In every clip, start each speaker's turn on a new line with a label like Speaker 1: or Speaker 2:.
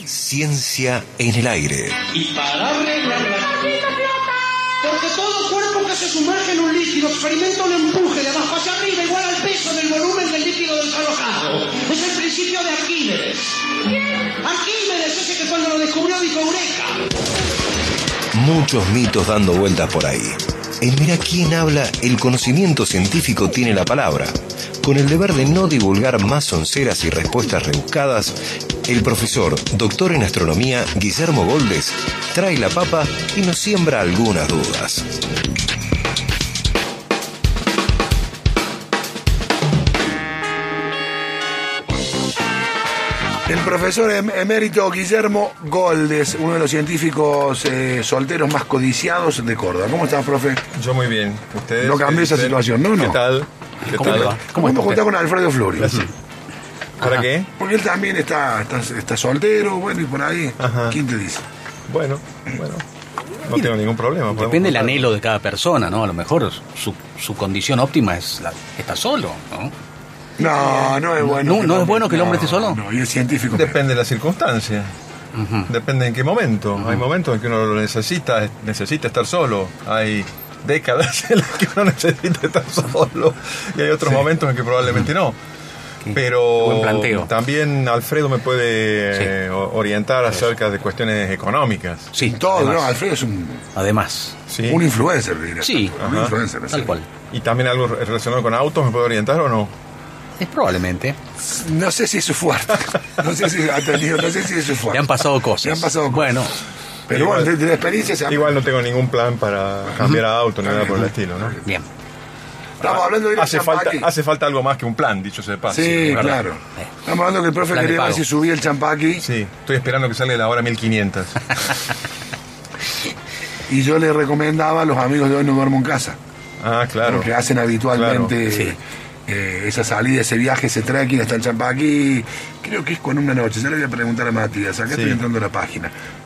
Speaker 1: Ciencia en el aire.
Speaker 2: Y para arreglar la porque todo cuerpo que se sumerge en un líquido experimenta un empuje de abajo hacia arriba igual al peso del volumen del líquido desalojado. Es el principio de Arquímedes. Arquímedes, ese que cuando lo descubrió dijo Eureka.
Speaker 1: Muchos mitos dando vueltas por ahí. En Mira quién habla, el conocimiento científico tiene la palabra. Con el deber de no divulgar más sonceras y respuestas rebuscadas, el profesor, doctor en astronomía, Guillermo Goldes, trae la papa y nos siembra algunas dudas.
Speaker 3: El profesor emérito Guillermo Goldes, uno de los científicos solteros más codiciados de Córdoba. ¿Cómo estás, profe?
Speaker 4: Yo muy bien. ¿Ustedes?
Speaker 3: No cambié esa situación, ¿no?
Speaker 4: ¿Qué tal?
Speaker 3: ¿Cómo te va? ¿Cómo me juntar con Alfredo Flores?
Speaker 4: Sí. ¿Para qué?
Speaker 3: Porque él también está soltero, bueno, y por ahí.
Speaker 4: Ajá.
Speaker 3: ¿Quién te dice?
Speaker 4: Bueno. No tengo ningún problema.
Speaker 5: Depende del anhelo de cada persona, ¿no? A lo mejor su condición óptima es estar solo, ¿no?
Speaker 3: No es bueno.
Speaker 5: ¿No es bueno que el hombre esté solo?
Speaker 3: No, y es científico.
Speaker 4: Depende de la circunstancia.
Speaker 5: Uh-huh.
Speaker 4: Depende en qué momento. Uh-huh. Hay momentos en que uno lo necesita estar solo. Hay décadas en las que uno necesita estar solo. Y hay otros momentos en que probablemente no. Pero
Speaker 5: buen planteo.
Speaker 4: También Alfredo me puede orientar acerca de cuestiones económicas.
Speaker 5: Sí,
Speaker 3: todo,
Speaker 5: además.
Speaker 3: ¿no? Alfredo es un
Speaker 4: Sí.
Speaker 3: influencer, diría.
Speaker 5: Sí,
Speaker 3: un influencer.
Speaker 5: tal cual.
Speaker 4: ¿Y también algo relacionado con autos me puede orientar o no?
Speaker 5: Es probablemente.
Speaker 3: No sé si es su fuerte. No sé si es su fuerte.
Speaker 5: Le han pasado cosas. Bueno.
Speaker 3: Pero
Speaker 4: igual,
Speaker 3: bueno, de la experiencia
Speaker 4: igual no tengo ningún plan para cambiar a auto ni nada por el estilo, ¿no?
Speaker 5: Bien.
Speaker 3: Estamos hablando de
Speaker 4: hace falta algo más que un plan, dicho sea de paso.
Speaker 3: Sí, claro. Estamos hablando que el profe quería ver si subía el champaqui.
Speaker 4: Sí, estoy esperando que salga la hora 1500.
Speaker 3: Y yo le recomendaba a los amigos de Hoy No Duermo en Casa.
Speaker 4: Ah, claro.
Speaker 3: Porque hacen habitualmente
Speaker 5: Claro.
Speaker 3: Esa salida, ese viaje, ese trekking hasta el champaqui. Creo que es con una noche. Ya le voy a preguntar a Matías. Acá estoy entrando a la página.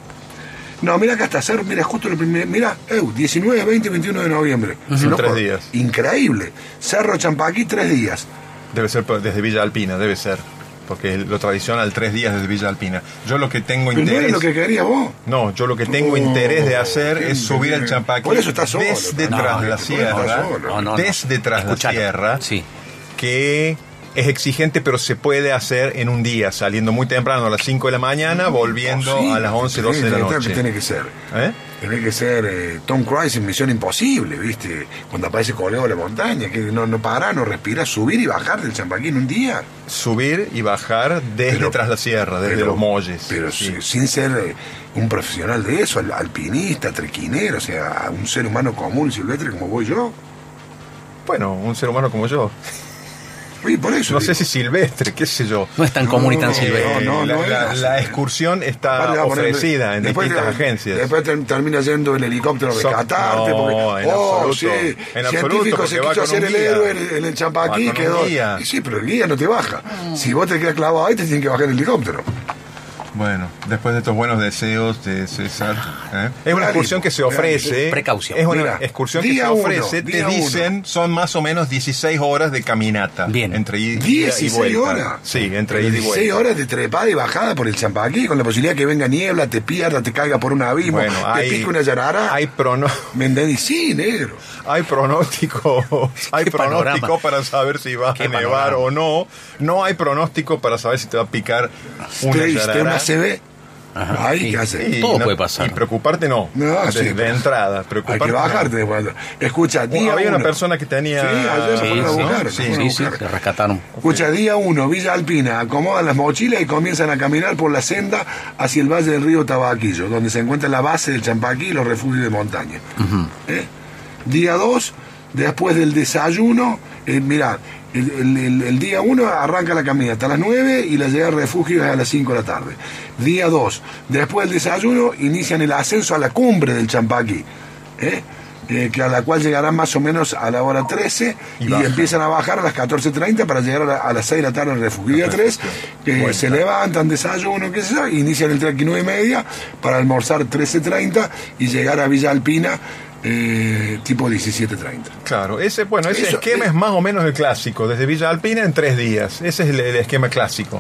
Speaker 3: No, mira acá está, mira, justo lo primero, mira, 19, 20 y 21 de noviembre.
Speaker 4: Son 3 días.
Speaker 3: Increíble. Cerro Champaquí, 3 días.
Speaker 4: Debe ser desde Villa Alpina, debe ser. Porque lo tradicional, 3 días desde Villa Alpina. Yo lo que tengo
Speaker 3: ¿Pero
Speaker 4: interés...
Speaker 3: no es lo que querías vos?
Speaker 4: No, yo lo que tengo interés de hacer es subir el Champaquí.
Speaker 3: Por eso está solo.
Speaker 4: Desde tras la sierra. Desde tras la sierra.
Speaker 5: Sí.
Speaker 4: Que es exigente, pero se puede hacer en un día, saliendo muy temprano a las 5 de la mañana, volviendo a las 11, 12 de la noche.
Speaker 3: Tiene que ser. Tiene que ser Tom Cruise en Misión Imposible, ¿viste? Cuando aparece Coleo de la montaña, que no para, no respira, subir y bajar del Champaquí en un día.
Speaker 4: Subir y bajar desde tras la sierra, desde los molles.
Speaker 3: Pero sin ser un profesional de eso, alpinista, trequinero, o sea, un ser humano común, silvestre como voy yo.
Speaker 4: Bueno, un ser humano como yo.
Speaker 3: Oye, por eso
Speaker 4: no
Speaker 3: digo.
Speaker 4: sé si silvestre, qué sé yo.
Speaker 5: No es tan común y tan silvestre.
Speaker 4: La excursión está ofrecida en distintas agencias.
Speaker 3: Después termina yendo el helicóptero a rescatarte.
Speaker 4: En absoluto. En
Speaker 3: científico se quiso hacer el héroe en el Champaquí, quedó. Sí, pero el guía no te baja. Si vos te quedas clavado ahí, te tienen que bajar el helicóptero.
Speaker 4: Bueno, después de estos buenos deseos de César, es una excursión que se ofrece.
Speaker 5: Precaución.
Speaker 4: Es una excursión que se ofrece. Te dicen, son más o menos 16 horas de caminata.
Speaker 5: Bien.
Speaker 4: Entre ida y vuelta.
Speaker 3: 16 horas.
Speaker 4: Sí, entre ida y vuelta.
Speaker 3: 16 horas de trepada y bajada por el Champaquí, con la posibilidad que venga niebla, te pierda, te caiga por un abismo, te pique una yarara. ¿Me entendés? Sí, negro.
Speaker 4: Hay pronóstico para saber si va a nevar o no. No hay pronóstico para saber si te va a picar una yarara.
Speaker 3: Se ve. Ajá. Ahí, ¿qué hace?
Speaker 5: Todo puede pasar.
Speaker 4: Y preocuparte no. De entrada. Preocuparte.
Speaker 3: Hay que bajarte. No. Escucha,
Speaker 4: había una persona que tenía.
Speaker 5: Sí, te rescataron.
Speaker 3: Escucha, día 1, Villa Alpina. Acomodan las mochilas y comienzan a caminar por la senda hacia el valle del río Tabaquillo, donde se encuentra la base del Champaquí y los refugios de montaña. Uh-huh. Día 2, después del desayuno, mirá. El día 1 arranca la caminata a las 9 y la llegada al refugio es a las 5 de la tarde. Día 2, después del desayuno, inician el ascenso a la cumbre del Champaquí, que a la cual llegarán más o menos a la hora 13 y empiezan a bajar a las 14:30 para llegar a las 6 de la tarde al refugio. Día 3, se levantan, desayuno, qué sé yo, inician el trekking 9:30 para almorzar 13:30 y llegar a Villa Alpina tipo 17:30.
Speaker 4: Claro, ese esquema es más o menos el clásico, desde Villa Alpina en 3 días. Ese es el esquema clásico.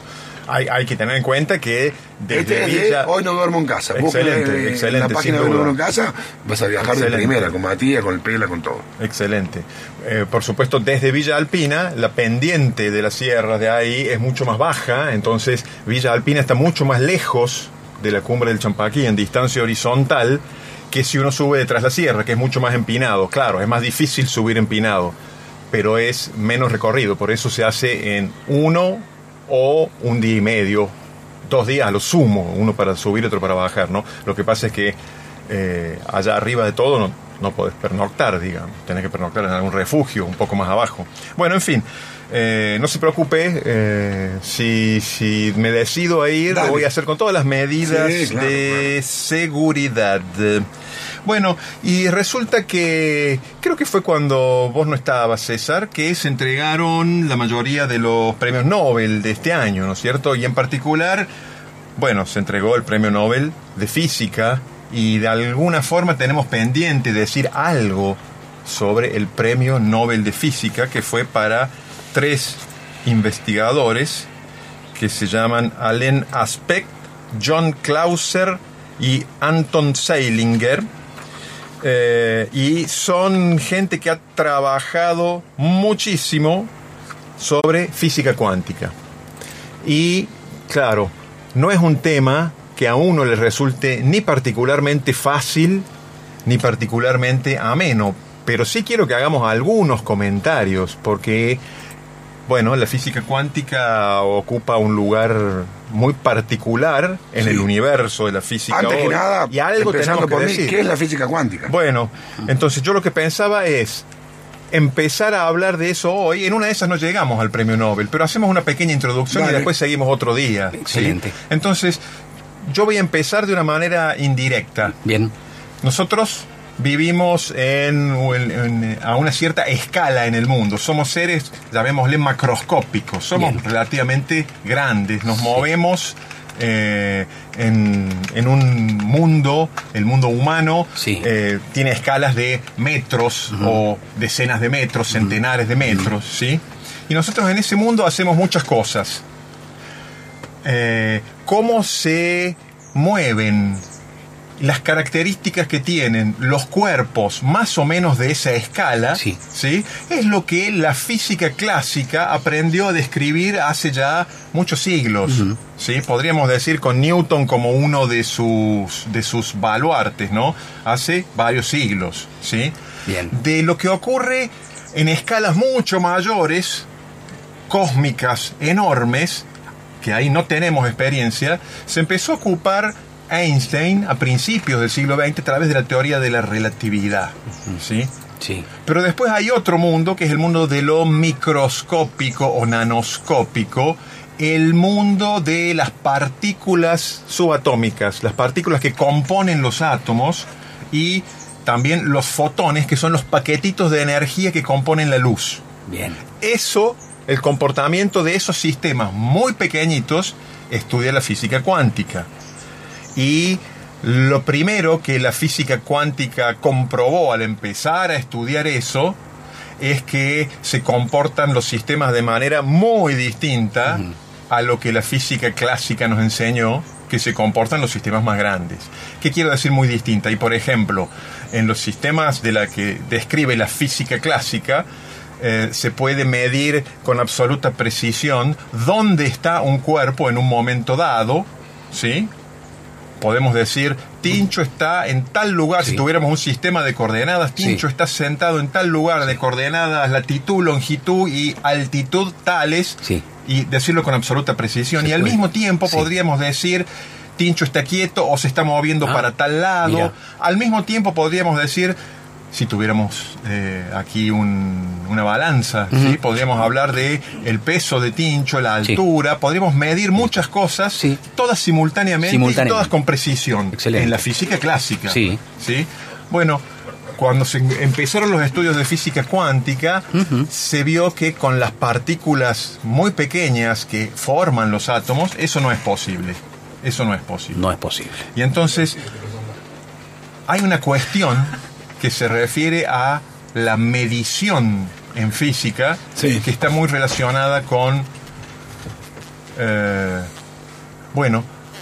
Speaker 4: hay que tener en cuenta que desde
Speaker 3: Villa...
Speaker 4: Villa...
Speaker 3: Hoy no duermo en casa.
Speaker 4: Excelente,
Speaker 3: en la página de
Speaker 4: sin
Speaker 3: Hoy no duermo en
Speaker 4: duda.
Speaker 3: casa, vas a viajar de primera, con Matías, con el Pela, con todo.
Speaker 4: Excelente. Por supuesto, desde Villa Alpina, la pendiente de las sierras de ahí es mucho más baja, entonces Villa Alpina está mucho más lejos de la cumbre del Champaquí en distancia horizontal que si uno sube detrás de la sierra, que es mucho más empinado. Claro, es más difícil subir empinado, pero es menos recorrido, por eso se hace en 1 o 1 día y medio, 2 días a lo sumo, uno para subir y otro para bajar, ¿no? Lo que pasa es que allá arriba de todo no podés pernoctar, digamos, tenés que pernoctar en algún refugio un poco más abajo. Bueno, en fin, no se preocupe, si me decido a ir,
Speaker 3: Dale.
Speaker 4: lo voy a hacer con todas las medidas
Speaker 3: Sí, claro,
Speaker 4: de seguridad. Bueno, y resulta que creo que fue cuando vos no estabas, César, que se entregaron la mayoría de los premios Nobel de este año, ¿no es cierto? Y en particular, bueno, se entregó el premio Nobel de Física y de alguna forma tenemos pendiente de decir algo sobre el premio Nobel de Física, que fue para 3 investigadores que se llaman Alain Aspect, John Clauser y Anton Zeilinger. Y son gente que ha trabajado muchísimo sobre física cuántica. Y, claro, no es un tema que a uno le resulte ni particularmente fácil ni particularmente ameno, pero sí quiero que hagamos algunos comentarios, porque, bueno, la física cuántica ocupa un lugar muy particular en el universo de la física
Speaker 3: Antes
Speaker 4: hoy,
Speaker 3: que nada,
Speaker 4: y algo
Speaker 3: empezando
Speaker 4: tenemos que
Speaker 3: por mí,
Speaker 4: decir.
Speaker 3: ¿qué es la física cuántica?
Speaker 4: Bueno, entonces yo lo que pensaba es empezar a hablar de eso hoy. En una de esas no llegamos al premio Nobel, pero hacemos una pequeña introducción.
Speaker 3: Dale.
Speaker 4: Y después seguimos otro día. ¿sí?
Speaker 5: Excelente.
Speaker 4: Entonces, yo voy a empezar de una manera indirecta.
Speaker 5: Bien.
Speaker 4: Nosotros vivimos a una cierta escala en el mundo. Somos seres, llamémosle macroscópicos. Somos
Speaker 5: Bien.
Speaker 4: relativamente grandes. Nos movemos en un mundo, el mundo humano,
Speaker 5: Sí.
Speaker 4: tiene escalas de metros o decenas de metros, centenares de metros, ¿sí? Y nosotros en ese mundo hacemos muchas cosas. ¿Cómo se mueven las características que tienen los cuerpos más o menos de esa escala?
Speaker 5: Sí.
Speaker 4: ¿Sí? Es lo que la física clásica aprendió a describir hace ya muchos siglos. ¿Sí? Podríamos decir con Newton como uno de sus baluartes, ¿no? Hace varios siglos. ¿Sí?
Speaker 5: Bien.
Speaker 4: De lo que ocurre en escalas mucho mayores, cósmicas, enormes, que ahí no tenemos experiencia, se empezó a ocupar Einstein a principios del siglo XX a través de la teoría de la relatividad. ¿Sí?
Speaker 5: Sí.
Speaker 4: Pero después hay otro mundo, que es el mundo de lo microscópico o nanoscópico, el mundo de las partículas subatómicas, las partículas que componen los átomos, y también los fotones, que son los paquetitos de energía que componen la luz.
Speaker 5: Bien.
Speaker 4: Eso, el comportamiento de esos sistemas muy pequeñitos, estudia la física cuántica. Y lo primero que la física cuántica comprobó al empezar a estudiar eso es que se comportan los sistemas de manera muy distinta a lo que la física clásica nos enseñó que se comportan los sistemas más grandes. ¿Qué quiero decir muy distinta? Y por ejemplo, en los sistemas de la que describe la física clásica, se puede medir con absoluta precisión dónde está un cuerpo en un momento dado, ¿sí? Podemos decir, Tincho está en tal lugar.
Speaker 5: Sí.
Speaker 4: Si tuviéramos un sistema de coordenadas, Tincho
Speaker 5: Sí.
Speaker 4: está sentado en tal lugar de coordenadas, latitud, longitud y altitud tales,
Speaker 5: Sí.
Speaker 4: y decirlo con absoluta precisión.
Speaker 5: Se
Speaker 4: Y al
Speaker 5: puede.
Speaker 4: mismo tiempo
Speaker 5: Sí.
Speaker 4: podríamos decir, Tincho está quieto o se está moviendo para tal lado.
Speaker 5: mira.
Speaker 4: Al mismo tiempo podríamos decir, si tuviéramos aquí una balanza, ¿sí? Podríamos hablar de el peso de Tincho, la
Speaker 5: Sí.
Speaker 4: altura, podríamos medir muchas cosas,
Speaker 5: Sí.
Speaker 4: todas simultáneamente y todas con precisión.
Speaker 5: Excelente.
Speaker 4: En la física clásica.
Speaker 5: Sí.
Speaker 4: ¿Sí? Bueno, cuando se empezaron los estudios de física cuántica, se vio que con las partículas muy pequeñas que forman los átomos, eso no es posible. Eso no es posible.
Speaker 5: No es posible.
Speaker 4: Y entonces hay una cuestión que se refiere a la medición en física,
Speaker 3: Sí.
Speaker 4: que está muy relacionada con Bueno,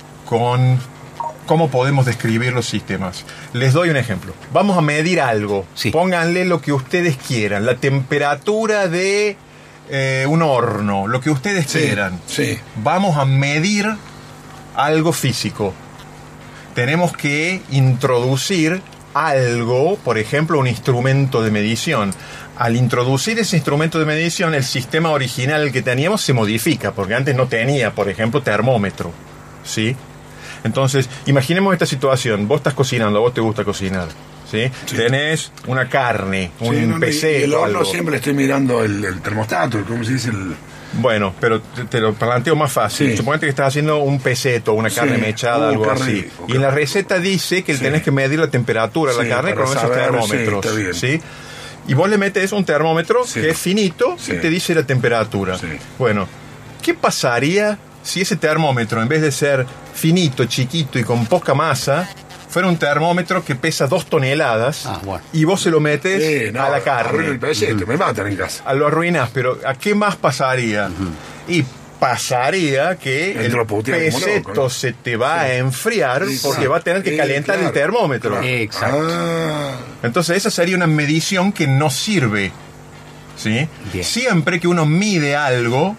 Speaker 4: ¿cómo podemos describir los sistemas? Les doy un ejemplo. Vamos a medir algo.
Speaker 5: Sí.
Speaker 4: Pónganle lo que ustedes quieran. La temperatura de un horno, lo que ustedes quieran.
Speaker 3: Sí.
Speaker 4: Vamos a medir algo físico. Tenemos que introducir algo, por ejemplo, un instrumento de medición. Al introducir ese instrumento de medición, el sistema original que teníamos se modifica, porque antes no tenía, por ejemplo, termómetro, ¿sí? Entonces, imaginemos esta situación. Vos estás cocinando, a vos te gusta cocinar, ¿sí?
Speaker 3: Sí.
Speaker 4: Tenés una carne, un
Speaker 3: Sí,
Speaker 4: PC.
Speaker 3: y el horno
Speaker 4: algo.
Speaker 3: siempre estoy mirando el termostato, ¿cómo se dice?
Speaker 4: Bueno, pero te lo planteo más fácil.
Speaker 3: Sí.
Speaker 4: Suponete que estás haciendo un peseto, una carne
Speaker 3: Sí.
Speaker 4: mechada, algo
Speaker 3: carne,
Speaker 4: así.
Speaker 3: ok.
Speaker 4: Y en la receta dice que
Speaker 3: Sí.
Speaker 4: tenés que medir la temperatura de
Speaker 3: Sí,
Speaker 4: la carne
Speaker 3: para
Speaker 4: con esos
Speaker 3: saber,
Speaker 4: termómetros.
Speaker 3: sí, está bien.
Speaker 4: ¿Sí? Y vos le metes un termómetro
Speaker 3: Sí.
Speaker 4: que es finito
Speaker 3: Sí.
Speaker 4: y te dice la temperatura.
Speaker 3: Sí.
Speaker 4: Bueno, ¿qué pasaría si ese termómetro, en vez de ser finito, chiquito y con poca masa, fuera un termómetro que pesa 2 toneladas
Speaker 5: Bueno.
Speaker 4: y vos se lo metes
Speaker 3: No,
Speaker 4: a la
Speaker 3: arruino
Speaker 4: carne?
Speaker 3: el peseto, me matan en casa.
Speaker 4: Lo arruinás, pero ¿a qué más pasaría? Y pasaría que
Speaker 3: Entro a
Speaker 4: el
Speaker 3: putear como
Speaker 4: peseto
Speaker 3: loco, ¿no?
Speaker 4: se te va a enfriar
Speaker 3: Sí,
Speaker 4: porque
Speaker 3: claro.
Speaker 4: va a tener que
Speaker 3: Sí,
Speaker 4: calentar
Speaker 3: claro.
Speaker 4: el termómetro.
Speaker 3: Claro.
Speaker 5: Exacto.
Speaker 3: Ah,
Speaker 4: Entonces esa sería una medición que no sirve. ¿Sí?
Speaker 5: Bien.
Speaker 4: Siempre que uno mide algo,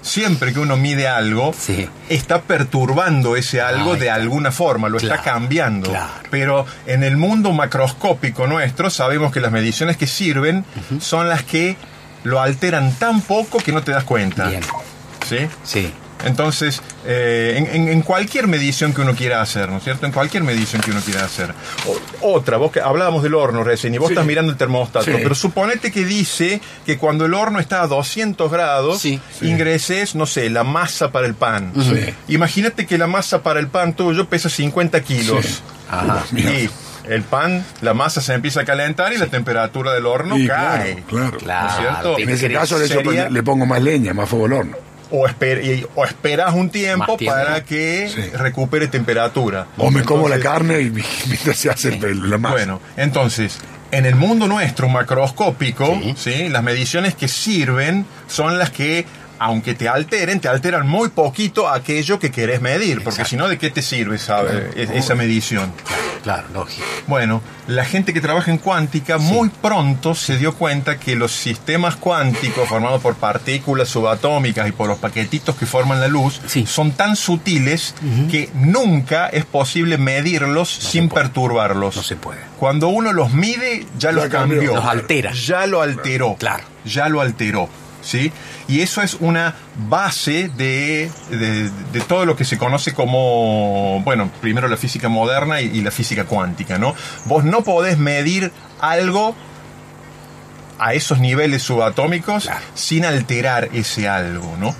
Speaker 5: Sí.
Speaker 4: está perturbando ese algo
Speaker 5: Ahí
Speaker 4: de
Speaker 5: está.
Speaker 4: alguna forma, lo está
Speaker 5: Claro,
Speaker 4: cambiando.
Speaker 5: claro.
Speaker 4: Pero en el mundo macroscópico nuestro sabemos que las mediciones que sirven son las que lo alteran tan poco que no te das cuenta.
Speaker 5: Bien.
Speaker 4: ¿Sí?
Speaker 5: Sí.
Speaker 4: Entonces, en cualquier medición que uno quiera hacer, ¿no es cierto? En cualquier medición que uno quiera hacer. Otra, vos que hablábamos del horno recién y vos
Speaker 3: Sí.
Speaker 4: estás mirando el termostato,
Speaker 3: Sí.
Speaker 4: pero suponete que dice que cuando el horno está a 200 grados,
Speaker 5: Sí.
Speaker 4: ingreses, no sé, la masa para el pan.
Speaker 3: Sí.
Speaker 4: Imagínate que la masa para el pan tuyo pesa 50 kilos.
Speaker 3: Sí.
Speaker 5: Ajá.
Speaker 4: Y el pan, la masa se empieza a calentar y la temperatura del horno
Speaker 3: y
Speaker 4: cae.
Speaker 3: claro.
Speaker 5: Claro.
Speaker 4: ¿No es cierto?
Speaker 5: te
Speaker 3: En ese
Speaker 5: crees.
Speaker 3: caso
Speaker 4: Sería-
Speaker 3: le pongo más leña, más fuego al horno.
Speaker 4: O esperas un tiempo
Speaker 5: Más tiempo.
Speaker 4: para que
Speaker 3: Sí.
Speaker 4: recupere temperatura.
Speaker 3: O me como la
Speaker 4: Entonces,
Speaker 3: carne y mientras se hace la masa.
Speaker 4: Bueno, entonces, en el mundo nuestro macroscópico,
Speaker 5: Sí.
Speaker 4: ¿sí? Las mediciones que sirven son las que, aunque te alteran muy poquito aquello que querés medir, porque
Speaker 5: Exacto.
Speaker 4: si no, ¿de qué te sirve esa medición?
Speaker 5: Claro, lógico.
Speaker 4: Bueno, la gente que trabaja en cuántica muy pronto se dio cuenta que los sistemas cuánticos formados por partículas subatómicas y por los paquetitos que forman la luz
Speaker 5: Sí.
Speaker 4: son tan sutiles que nunca es posible medirlos sin perturbarlos.
Speaker 5: No se puede.
Speaker 4: Cuando uno los mide, ya los
Speaker 3: cambió.
Speaker 4: cambió.
Speaker 5: Los altera.
Speaker 4: Ya lo alteró.
Speaker 5: Claro.
Speaker 4: Ya lo alteró. ¿Sí? Y eso es una base de todo lo que se conoce como, bueno, primero la física moderna y la física cuántica, ¿no? Vos no podés medir algo a esos niveles subatómicos
Speaker 5: Claro.
Speaker 4: sin alterar ese algo, ¿no?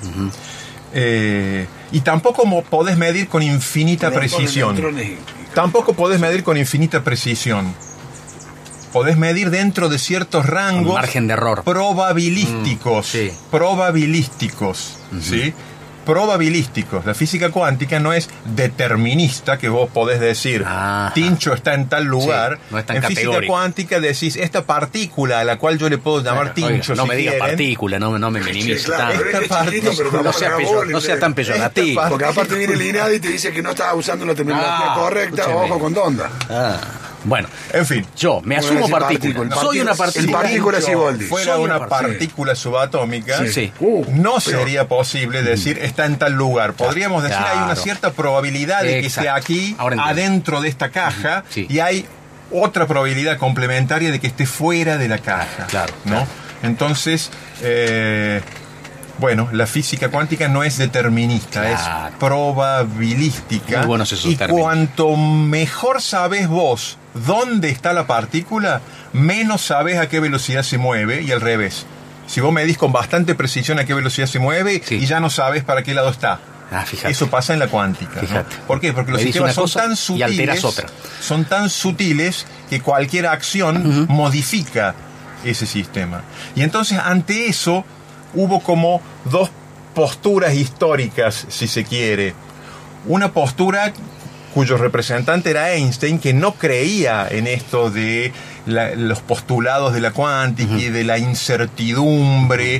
Speaker 4: Y tampoco podés medir con infinita
Speaker 3: Protones,
Speaker 4: precisión.
Speaker 3: neutrones y-
Speaker 4: Tampoco podés medir con infinita precisión. Podés medir dentro de ciertos rangos
Speaker 5: Con margen de error.
Speaker 4: probabilísticos.
Speaker 5: Sí.
Speaker 4: Probabilísticos. ¿Sí? Probabilísticos. La física cuántica no es determinista, que vos podés decir,
Speaker 5: Ajá.
Speaker 4: Tincho está en tal lugar.
Speaker 5: Sí, no es tan
Speaker 4: en física
Speaker 5: categórico.
Speaker 4: cuántica decís, esta partícula a la cual yo le puedo llamar
Speaker 5: Oiga,
Speaker 4: Tincho,
Speaker 5: no
Speaker 4: si
Speaker 5: me digas
Speaker 4: quieren,
Speaker 5: partícula, no me minimices
Speaker 3: Sí, claro,
Speaker 5: tanto.
Speaker 3: pero es
Speaker 4: Esta
Speaker 3: chiquito, pero
Speaker 5: No
Speaker 3: tampoco
Speaker 5: sea,
Speaker 3: la
Speaker 5: no sea tan peyorativo.
Speaker 3: Porque aparte viene el INADI y te dice que no estás usando la terminología
Speaker 5: Ah,
Speaker 3: correcta,
Speaker 5: escúcheme.
Speaker 3: ojo con donda.
Speaker 5: Bueno,
Speaker 4: En fin.
Speaker 5: yo me asumo
Speaker 3: decir
Speaker 5: partícula.
Speaker 3: partícula.
Speaker 5: Soy una
Speaker 3: El
Speaker 5: partícula.
Speaker 3: partícula Siboldi.
Speaker 4: Fuera
Speaker 5: Soy
Speaker 4: una
Speaker 5: una
Speaker 4: partícula subatómica,
Speaker 5: Sí.
Speaker 4: no
Speaker 3: pero-
Speaker 4: sería posible decir está en tal lugar. Podríamos decir hay una
Speaker 5: Claro.
Speaker 4: cierta probabilidad de que
Speaker 5: Exacto.
Speaker 4: esté aquí,
Speaker 5: Ahora entiendo.
Speaker 4: adentro de esta caja,
Speaker 5: Sí.
Speaker 4: y hay otra probabilidad complementaria de que esté fuera de la caja.
Speaker 5: Claro,
Speaker 4: ¿no?
Speaker 5: claro.
Speaker 4: Entonces, bueno, la física cuántica no es determinista,
Speaker 5: Claro.
Speaker 4: es probabilística.
Speaker 5: Muy buenos esos
Speaker 4: y
Speaker 5: términos.
Speaker 4: cuanto mejor sabés vos dónde está la partícula, menos sabés a qué velocidad se mueve y al revés. Si vos medís con bastante precisión a qué velocidad se mueve
Speaker 5: Sí.
Speaker 4: y ya no sabes para qué lado está.
Speaker 5: Fíjate.
Speaker 4: Eso pasa en la cuántica. ¿no?
Speaker 5: Fíjate.
Speaker 4: ¿Por qué? Porque los
Speaker 5: Medís
Speaker 4: sistemas
Speaker 5: una
Speaker 4: son
Speaker 5: cosa
Speaker 4: tan
Speaker 5: y
Speaker 4: sutiles.
Speaker 5: alteras otra.
Speaker 4: Son tan sutiles que cualquier acción modifica ese sistema. Y entonces ante eso hubo como dos posturas históricas, si se quiere. Una postura cuyo representante era Einstein, que no creía en esto de los postulados de la cuántica y de la incertidumbre.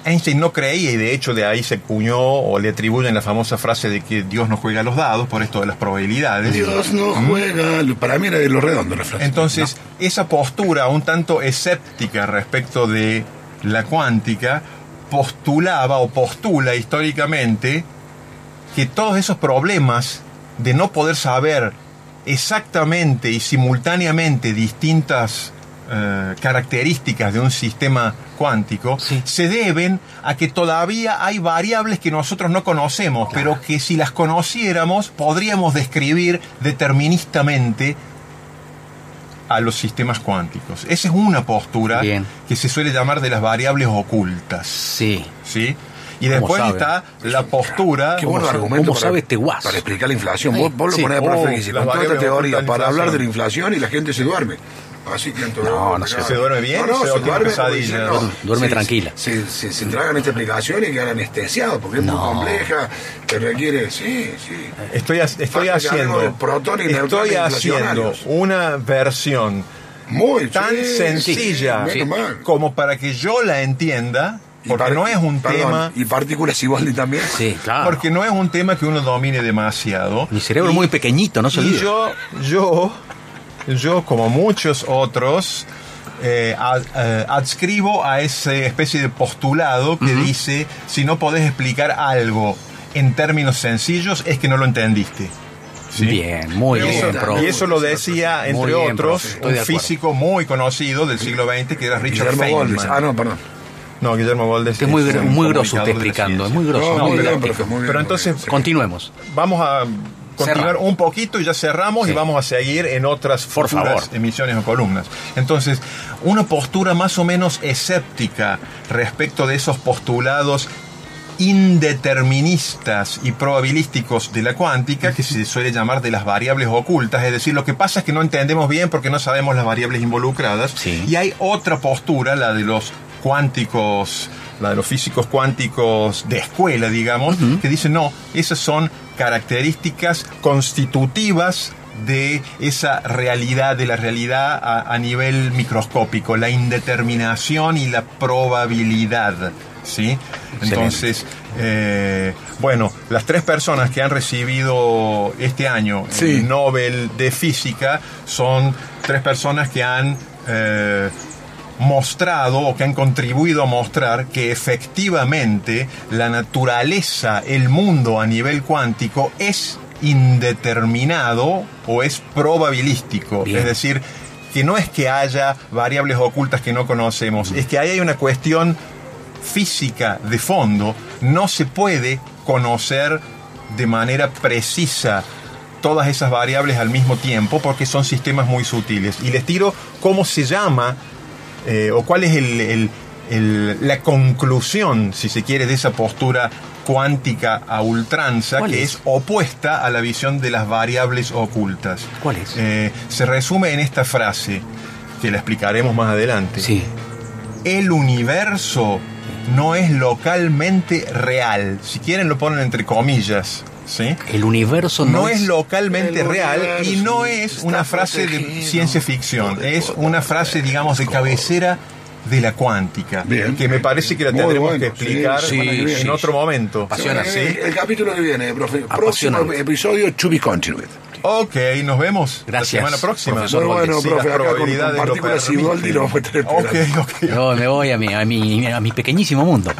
Speaker 4: Einstein no creía, y de hecho de ahí se cuñó o le atribuyen la famosa frase de que Dios no juega a los dados por esto de las probabilidades.
Speaker 3: Dios no juega, para mí era de lo redondo la frase.
Speaker 4: Entonces, esa postura un tanto escéptica respecto de la cuántica postulaba o postula históricamente que todos esos problemas de no poder saber exactamente y simultáneamente distintas características de un sistema cuántico se deben a que todavía hay variables que nosotros no conocemos, pero que si las conociéramos podríamos describir deterministamente a los sistemas cuánticos. Esa es una postura que se suele llamar de las variables ocultas. ¿Sí? Y después está la postura...
Speaker 3: Qué buen argumento
Speaker 5: ¿Cómo sabe este guaso?
Speaker 3: Para explicar la inflación. Vos lo ponés a profe que con toda esta teoría para hablar de la inflación y la gente se duerme. Así que
Speaker 4: ¿se duerme bien?
Speaker 3: No, se duerme
Speaker 4: pesadilla.
Speaker 5: Duerme tranquila.
Speaker 3: Se tragan esta explicación y quedan anestesiados porque es muy compleja, que requiere...
Speaker 4: Estoy haciendo una versión
Speaker 3: muy
Speaker 4: tan sencilla como para que yo la entienda, porque no es un tema...
Speaker 3: ¿Y partículas Siboldi también?
Speaker 5: Sí, claro.
Speaker 4: Porque no es un tema que uno domine demasiado.
Speaker 5: Mi cerebro es muy pequeñito, no se olvide.
Speaker 4: Yo, como muchos otros, adscribo a esa especie de postulado que dice, si no podés explicar algo en términos sencillos, es que no lo entendiste. ¿Sí?
Speaker 5: Bien, muy bien, profe.
Speaker 4: Y eso lo decía, entre otros, un físico muy conocido del siglo XX, que era Richard Feynman. No, Guillermo Goldes.
Speaker 5: Es muy grosso usted explicando, es muy grosso.
Speaker 3: Muy bien, pero
Speaker 4: entonces,
Speaker 5: continuemos.
Speaker 4: Vamos a continuar un poquito y ya cerramos y vamos a seguir en otras futuras emisiones o columnas. Entonces, una postura más o menos escéptica respecto de esos postulados indeterministas y probabilísticos de la cuántica, que se suele llamar de las variables ocultas, es decir, lo que pasa es que no entendemos bien porque no sabemos las variables involucradas. Y hay otra postura, la de los cuánticos, la de los físicos cuánticos de escuela, digamos, que dicen no, esas son características constitutivas de esa realidad, de la realidad a nivel microscópico, la indeterminación y la probabilidad, ¿sí? Entonces, bueno, las 3 personas que han recibido este año el Nobel de Física son 3 personas que han mostrado o que han contribuido a mostrar que efectivamente la naturaleza, el mundo a nivel cuántico es indeterminado o es probabilístico. Es decir, que no es que haya variables ocultas que no conocemos, es que ahí hay una cuestión física de fondo. No se puede conocer de manera precisa todas esas variables al mismo tiempo porque son sistemas muy sutiles. Y les tiro cómo se llama o cuál es la conclusión, si se quiere, de esa postura cuántica a ultranza, que es opuesta a la visión de las variables ocultas.
Speaker 5: ¿Cuál es?
Speaker 4: Se resume en esta frase, que la explicaremos más adelante. El universo no es localmente real. Si quieren lo ponen entre comillas. ¿Sí?
Speaker 5: El universo
Speaker 4: no es localmente real y no es una frase de ciencia ficción, es una frase, digamos, de cabecera de la cuántica, que me parece que la tendremos que explicar en otro momento.
Speaker 3: El capítulo que viene, profe. Próximo episodio, to be continued.
Speaker 4: Ok, nos vemos
Speaker 5: la
Speaker 4: semana próxima.
Speaker 3: Profesor, bueno, profe, acá con partículas Siboldi lo vamos a tener.
Speaker 5: Yo me voy a mi pequeñísimo mundo.